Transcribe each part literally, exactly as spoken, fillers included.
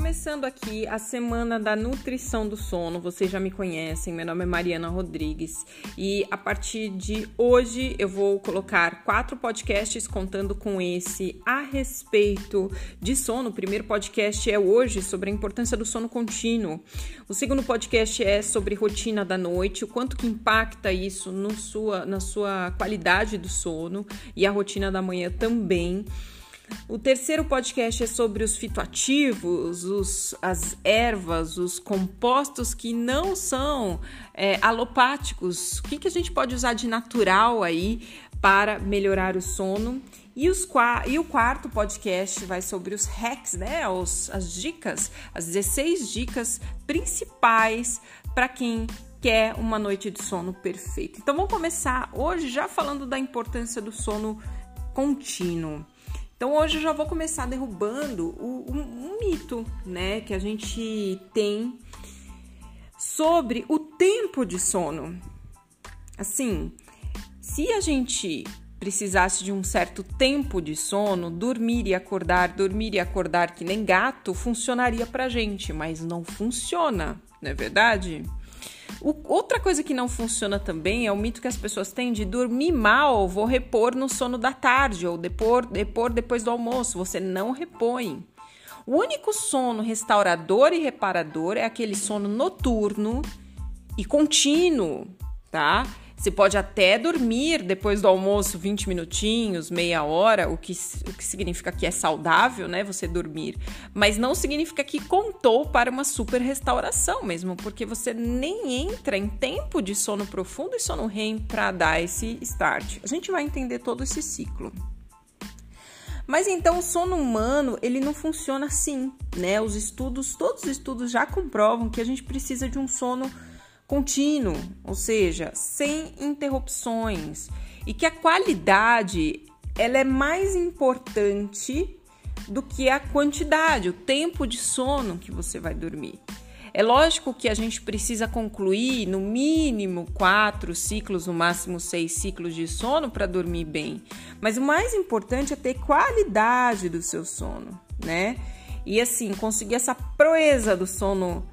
Começando aqui a semana da nutrição do sono, vocês já me conhecem, meu nome é Mariana Rodrigues e a partir de hoje eu vou colocar quatro podcasts contando com esse a respeito de sono. O primeiro podcast é hoje sobre a importância do sono contínuo, o segundo podcast é sobre rotina da noite, o quanto que impacta isso no sua, na sua qualidade do sono e a rotina da manhã também. O terceiro podcast é sobre os fitoativos, os, as ervas, os compostos que não são é, alopáticos. O que, que a gente pode usar de natural aí para melhorar o sono? E, os, e o quarto podcast vai sobre os hacks, né? Os, as dicas, as dezesseis dicas principais para quem quer uma noite de sono perfeita. Então vamos começar hoje já falando da importância do sono contínuo. Então hoje eu já vou começar derrubando o, um, um mito, né, que a gente tem sobre o tempo de sono. Assim, se a gente precisasse de um certo tempo de sono, dormir e acordar, dormir e acordar que nem gato, funcionaria pra gente, mas não funciona, não é verdade? O, outra coisa que não funciona também é o mito que as pessoas têm de dormir mal, vou repor no sono da tarde ou depor, depor depois do almoço. Você não repõe. O único sono restaurador e reparador é aquele sono noturno e contínuo, tá? Você pode até dormir depois do almoço vinte minutinhos, meia hora, o que, o que significa que é saudável, né, você dormir. Mas não significa que contou para uma super restauração mesmo, porque você nem entra em tempo de sono profundo e sono R E M para dar esse start. A gente vai entender todo esse ciclo. Mas então o sono humano, ele não funciona assim, né? Os estudos, todos os estudos já comprovam que a gente precisa de um sono contínuo, ou seja, sem interrupções, e que a qualidade ela é mais importante do que a quantidade, o tempo de sono que você vai dormir. É lógico que a gente precisa concluir no mínimo quatro ciclos, no máximo seis ciclos de sono para dormir bem, mas o mais importante é ter qualidade do seu sono, né? E assim, conseguir essa proeza do sono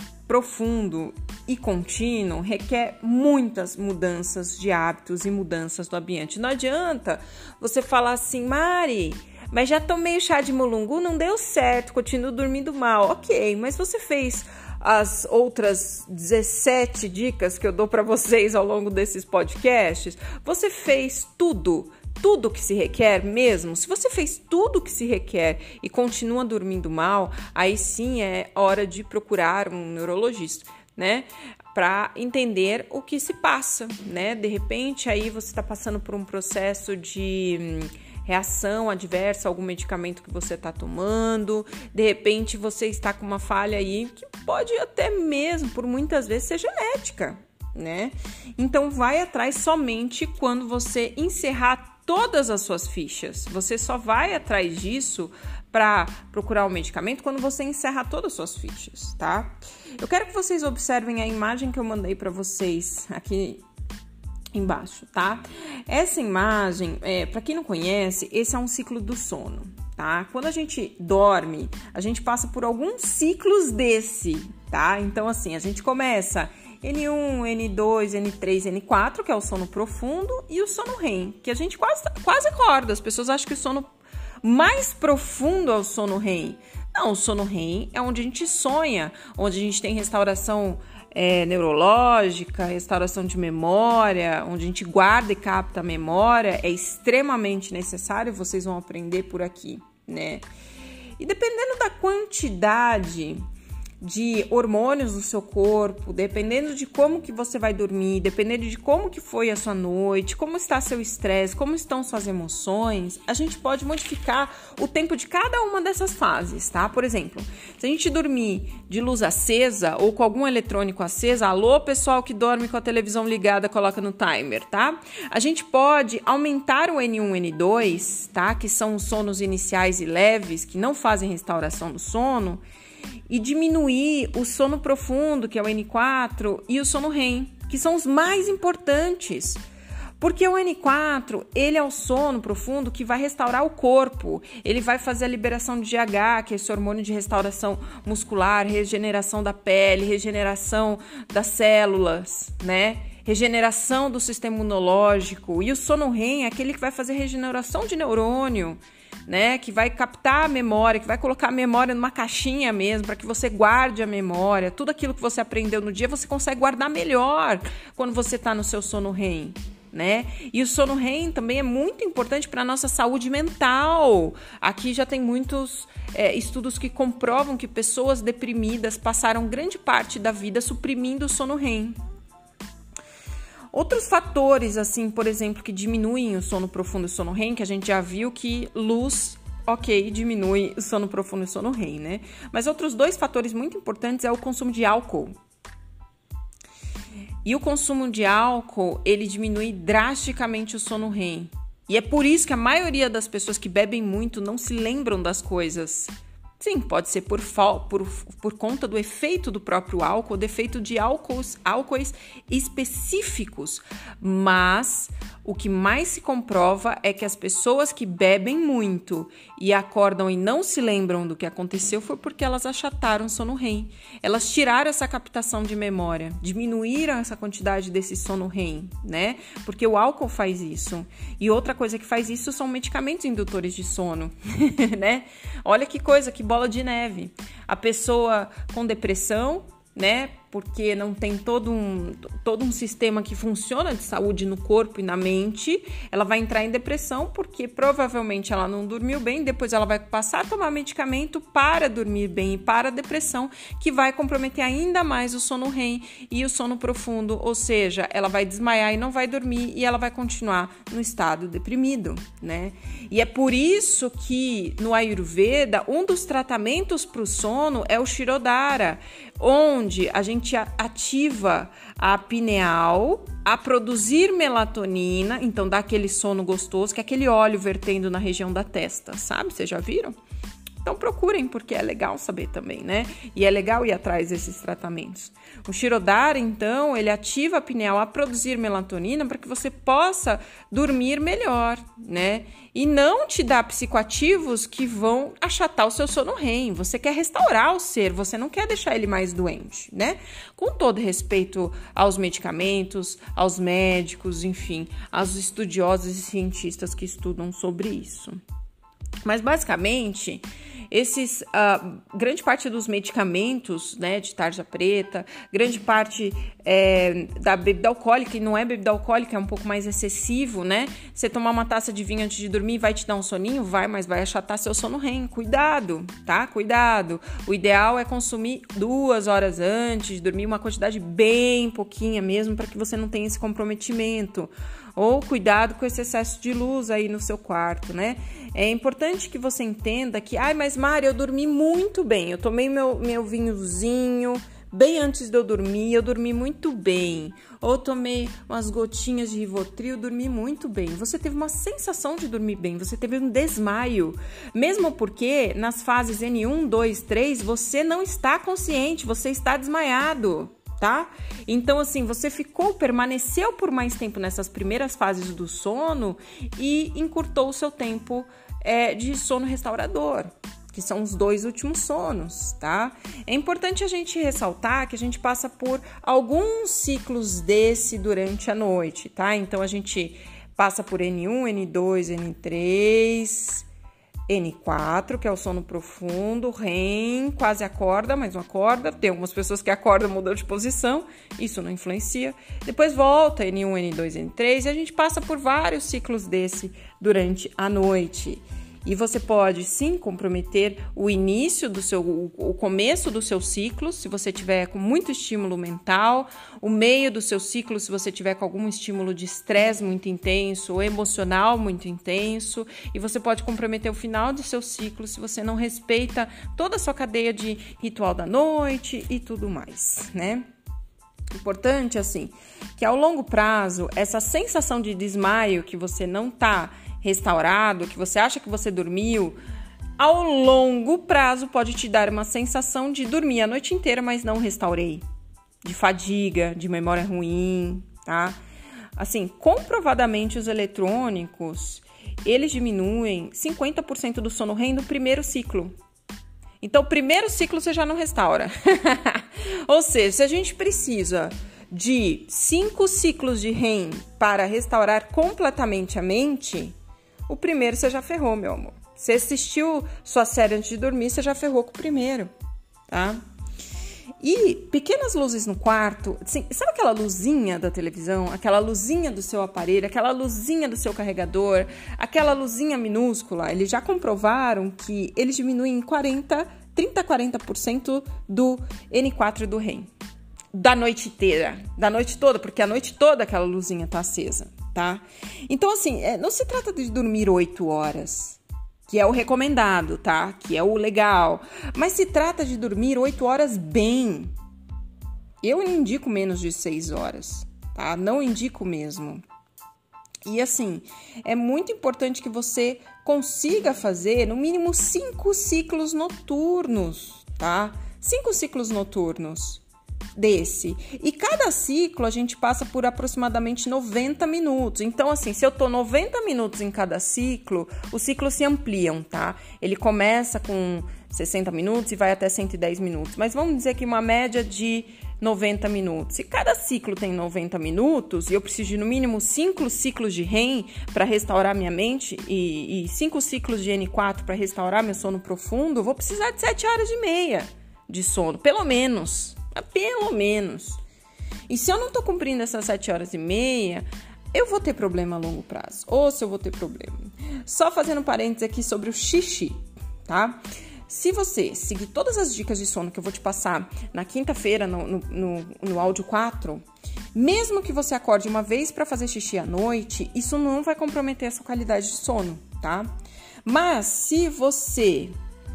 profundo e contínuo requer muitas mudanças de hábitos e mudanças do ambiente. Não adianta você falar assim, Mari, mas já tomei chá de mulungu, não deu certo, continuo dormindo mal. Ok, mas você fez as outras dezessete dicas que eu dou para vocês ao longo desses podcasts? Você fez tudo? Tudo que se requer mesmo? Se você fez tudo que se requer e continua dormindo mal, aí sim é hora de procurar um neurologista, né? Para entender o que se passa, né? De repente, aí você está passando por um processo de hum, reação adversa a algum medicamento que você está tomando. De repente, você está com uma falha aí que pode até mesmo, por muitas vezes, ser genética, né? Então, vai atrás somente quando você encerrar todas as suas fichas. Você só vai atrás disso para procurar o medicamento quando você encerra todas as suas fichas, tá? Eu quero que vocês observem a imagem que eu mandei para vocês aqui embaixo, tá? Essa imagem, é, para quem não conhece, esse é um ciclo do sono, tá? Quando a gente dorme, a gente passa por alguns ciclos desse, tá? Então, assim, a gente começa N um, N dois, N três, N quatro, que é o sono profundo, e o sono R E M, que a gente quase, quase acorda. As pessoas acham que o sono mais profundo é o sono R E M. Não, o sono R E M é onde a gente sonha, onde a gente tem restauração é, neurológica, restauração de memória, onde a gente guarda e capta a memória. É extremamente necessário, vocês vão aprender por aqui, né? E dependendo da quantidade de hormônios do seu corpo, dependendo de como que você vai dormir, dependendo de como que foi a sua noite, como está seu estresse, como estão suas emoções, a gente pode modificar o tempo de cada uma dessas fases, tá? Por exemplo, se a gente dormir de luz acesa ou com algum eletrônico acesa, alô, pessoal que dorme com a televisão ligada, coloca no timer, tá? A gente pode aumentar o N um, N dois, tá? Que são os sonos iniciais e leves, que não fazem restauração do sono, e diminuir o sono profundo, que é o N quatro, e o sono R E M, que são os mais importantes. Porque o N quatro, ele é o sono profundo que vai restaurar o corpo, ele vai fazer a liberação de G H, que é esse hormônio de restauração muscular, regeneração da pele, regeneração das células, né? Regeneração do sistema imunológico. E o sono R E M é aquele que vai fazer regeneração de neurônio, né? Que vai captar a memória, que vai colocar a memória numa caixinha mesmo, para que você guarde a memória. Tudo aquilo que você aprendeu no dia, você consegue guardar melhor quando você está no seu sono R E M. Né? E o sono R E M também é muito importante para a nossa saúde mental. Aqui já tem muitos é, estudos que comprovam que pessoas deprimidas passaram grande parte da vida suprimindo o sono R E M. Outros fatores, assim, por exemplo, que diminuem o sono profundo e o sono R E M, que a gente já viu que luz, ok, diminui o sono profundo e o sono R E M, né? Mas outros dois fatores muito importantes é o consumo de álcool. E o consumo de álcool, ele diminui drasticamente o sono R E M. E é por isso que a maioria das pessoas que bebem muito não se lembram das coisas. Sim, pode ser por, por, por conta do efeito do próprio álcool, do efeito de álcools, álcoois específicos. Mas o que mais se comprova é que as pessoas que bebem muito e acordam e não se lembram do que aconteceu foi porque elas achataram o sono R E M. Elas tiraram essa captação de memória, diminuíram essa quantidade desse sono R E M, né? Porque o álcool faz isso. E outra coisa que faz isso são medicamentos indutores de sono, né? Olha que coisa, que bola de neve. A pessoa com depressão, né? Porque não tem todo um, todo um sistema que funciona de saúde no corpo e na mente, ela vai entrar em depressão porque provavelmente ela não dormiu bem, depois ela vai passar a tomar medicamento para dormir bem e para a depressão, que vai comprometer ainda mais o sono R E M e o sono profundo, ou seja, ela vai desmaiar e não vai dormir e ela vai continuar no estado deprimido, né? E é por isso que no Ayurveda, um dos tratamentos para o sono é o Shirodhara, onde a gente ativa a pineal a produzir melatonina, então dá aquele sono gostoso, que é aquele óleo vertendo na região da testa, sabe? Vocês já viram? Então procurem, porque é legal saber também, né? E é legal ir atrás desses tratamentos. O Shirodhara, então, ele ativa a pineal a produzir melatonina para que você possa dormir melhor, né? E não te dá psicoativos que vão achatar o seu sono R E M. Você quer restaurar o ser, você não quer deixar ele mais doente, né? Com todo respeito aos medicamentos, aos médicos, enfim, aos estudiosos e cientistas que estudam sobre isso. Mas, basicamente, esses, uh, grande parte dos medicamentos, né, de tarja preta, grande parte é, da bebida alcoólica, e não é bebida alcoólica, é um pouco mais excessivo, né? Você tomar uma taça de vinho antes de dormir vai te dar um soninho? Vai, mas vai achatar seu sono R E M. Cuidado, tá? Cuidado. O ideal é consumir duas horas antes de dormir, uma quantidade bem pouquinha mesmo, para que você não tenha esse comprometimento. Ou cuidado com esse excesso de luz aí no seu quarto, né? É importante que você entenda que, ai, mas Mari, eu dormi muito bem, eu tomei meu, meu vinhozinho bem antes de eu dormir, eu dormi muito bem. Ou tomei umas gotinhas de Rivotril, dormi muito bem. Você teve uma sensação de dormir bem, você teve um desmaio. Mesmo porque nas fases N um, dois, três, você não está consciente, você está desmaiado. Tá? Então, assim, você ficou, permaneceu por mais tempo nessas primeiras fases do sono e encurtou o seu tempo é, de sono restaurador, que são os dois últimos sonos, tá? É importante a gente ressaltar que a gente passa por alguns ciclos desse durante a noite, tá? Então, a gente passa por N um, N dois, N três... N quatro, que é o sono profundo, R E M, quase acorda, mas não acorda. Tem algumas pessoas que acordam, mudam de posição, isso não influencia. Depois volta, N um, N dois, N três, e a gente passa por vários ciclos desse durante a noite. E você pode, sim, comprometer o início do seu, o começo do seu ciclo, se você tiver com muito estímulo mental, o meio do seu ciclo, se você tiver com algum estímulo de estresse muito intenso ou emocional muito intenso, e você pode comprometer o final do seu ciclo se você não respeita toda a sua cadeia de ritual da noite e tudo mais, né? Importante, assim, que ao longo prazo, essa sensação de desmaio que você não tá restaurado, que você acha que você dormiu, ao longo prazo pode te dar uma sensação de dormir a noite inteira, mas não restaurei, de fadiga, de memória ruim, tá? assim, comprovadamente os eletrônicos, eles diminuem cinquenta por cento do sono R E M no primeiro ciclo. Então, o primeiro ciclo você já não restaura. Ou seja, se a gente precisa de cinco ciclos de R E M para restaurar completamente a mente, o primeiro você já ferrou, meu amor. Você assistiu sua série antes de dormir, você já ferrou com o primeiro, tá? E pequenas luzes no quarto, assim, sabe aquela luzinha da televisão, aquela luzinha do seu aparelho, aquela luzinha do seu carregador, aquela luzinha minúscula? Eles já comprovaram que eles diminuem em quarenta, trinta a quarenta por cento do N quatro e do R E M. Da noite inteira, da noite toda, porque a noite toda aquela luzinha tá acesa, tá? Então, assim, não se trata de dormir oito horas, que é o recomendado, tá? Que é o legal. Mas se trata de dormir oito horas bem. Eu indico menos de seis horas, tá? Não indico mesmo. E assim, é muito importante que você consiga fazer no mínimo cinco ciclos noturnos, tá? Cinco ciclos noturnos desse. E cada ciclo a gente passa por aproximadamente noventa minutos. Então, assim, se eu tô noventa minutos em cada ciclo, os ciclos se ampliam, tá? Ele começa com sessenta minutos e vai até cento e dez minutos. Mas vamos dizer que uma média de noventa minutos. Se cada ciclo tem noventa minutos e eu preciso de no mínimo cinco ciclos de R E M para restaurar minha mente e cinco ciclos de N quatro para restaurar meu sono profundo, eu vou precisar de sete horas e meia de sono, pelo menos. Pelo menos. E se eu não tô cumprindo essas sete horas e meia, eu vou ter problema a longo prazo. Ou se eu vou ter problema. Só fazendo parênteses aqui sobre o xixi, tá? Se você seguir todas as dicas de sono que eu vou te passar na quinta-feira no, no, no, no áudio quatro, mesmo que você acorde uma vez para fazer xixi à noite, isso não vai comprometer a sua qualidade de sono, tá? Mas se você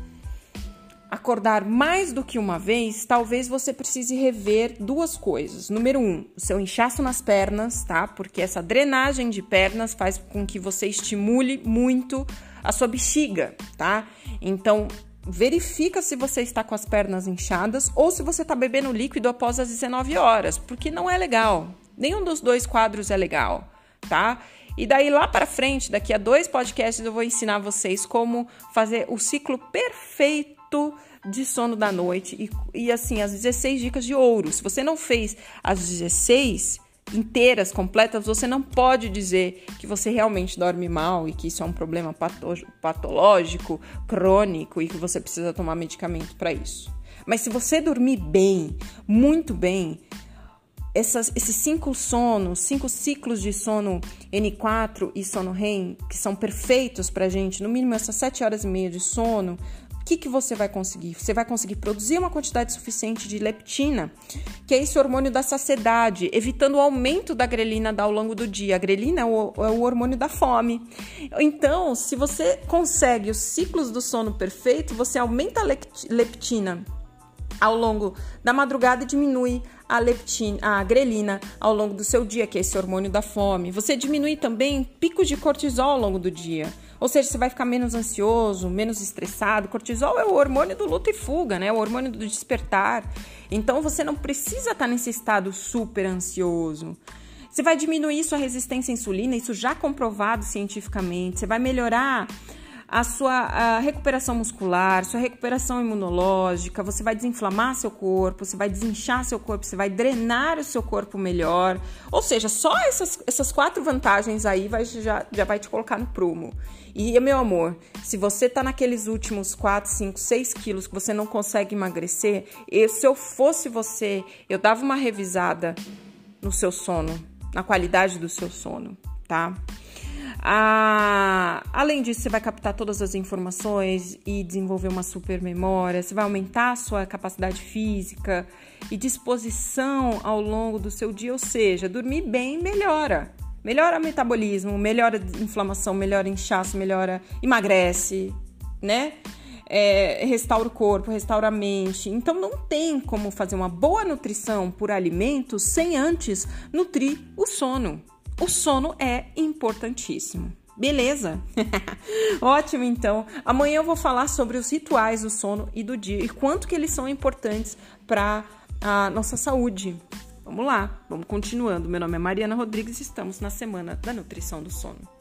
acordar mais do que uma vez, talvez você precise rever duas coisas. Número um, o seu inchaço nas pernas, tá? Porque essa drenagem de pernas faz com que você estimule muito a sua bexiga, tá? Então, verifica se você está com as pernas inchadas ou se você está bebendo líquido após as dezenove horas, porque não é legal. Nenhum dos dois quadros é legal, tá? E daí lá para frente, daqui a dois podcasts, eu vou ensinar vocês como fazer o ciclo perfeito de sono da noite e, e assim, as dezesseis dicas de ouro. Se você não fez as dezesseis inteiras, completas, você não pode dizer que você realmente dorme mal e que isso é um problema pato- patológico, crônico e que você precisa tomar medicamento para isso. Mas se você dormir bem, muito bem, Essas, esses cinco sonos, cinco ciclos de sono N quatro e sono R E M, que são perfeitos pra gente, no mínimo essas sete horas e meia de sono, o que, que você vai conseguir? Você vai conseguir produzir uma quantidade suficiente de leptina, que é esse hormônio da saciedade, evitando o aumento da grelina ao longo do dia. A grelina é o, é o hormônio da fome. Então, se você consegue os ciclos do sono perfeito, você aumenta a leptina ao longo da madrugada e diminui a leptina, a grelina ao longo do seu dia, que é esse hormônio da fome. Você diminui também picos de cortisol ao longo do dia. Ou seja, você vai ficar menos ansioso, menos estressado. Cortisol é o hormônio do luta e fuga, né? O hormônio do despertar. Então, você não precisa estar nesse estado super ansioso. Você vai diminuir sua resistência à insulina, isso já comprovado cientificamente. Você vai melhorar a sua a recuperação muscular, sua recuperação imunológica, você vai desinflamar seu corpo, você vai desinchar seu corpo, você vai drenar o seu corpo melhor. Ou seja, só essas, essas quatro vantagens aí vai, já, já vai te colocar no prumo. E, meu amor, se você tá naqueles últimos quatro, cinco, seis quilos que você não consegue emagrecer, eu, se eu fosse você, eu dava uma revisada no seu sono, na qualidade do seu sono, tá? Ah, além disso, você vai captar todas as informações e desenvolver uma super memória, você vai aumentar a sua capacidade física e disposição ao longo do seu dia, ou seja, dormir bem melhora. Melhora o metabolismo, melhora a inflamação, melhora o inchaço, melhora, emagrece, né? É, restaura o corpo, restaura a mente. Então não tem como fazer uma boa nutrição por alimentos sem antes nutrir o sono. O sono é importantíssimo. Beleza? Ótimo, então. Amanhã eu vou falar sobre os rituais do sono e do dia e quanto que eles são importantes para a nossa saúde. Vamos lá, vamos continuando. Meu nome é Mariana Rodrigues e estamos na Semana da Nutrição do Sono.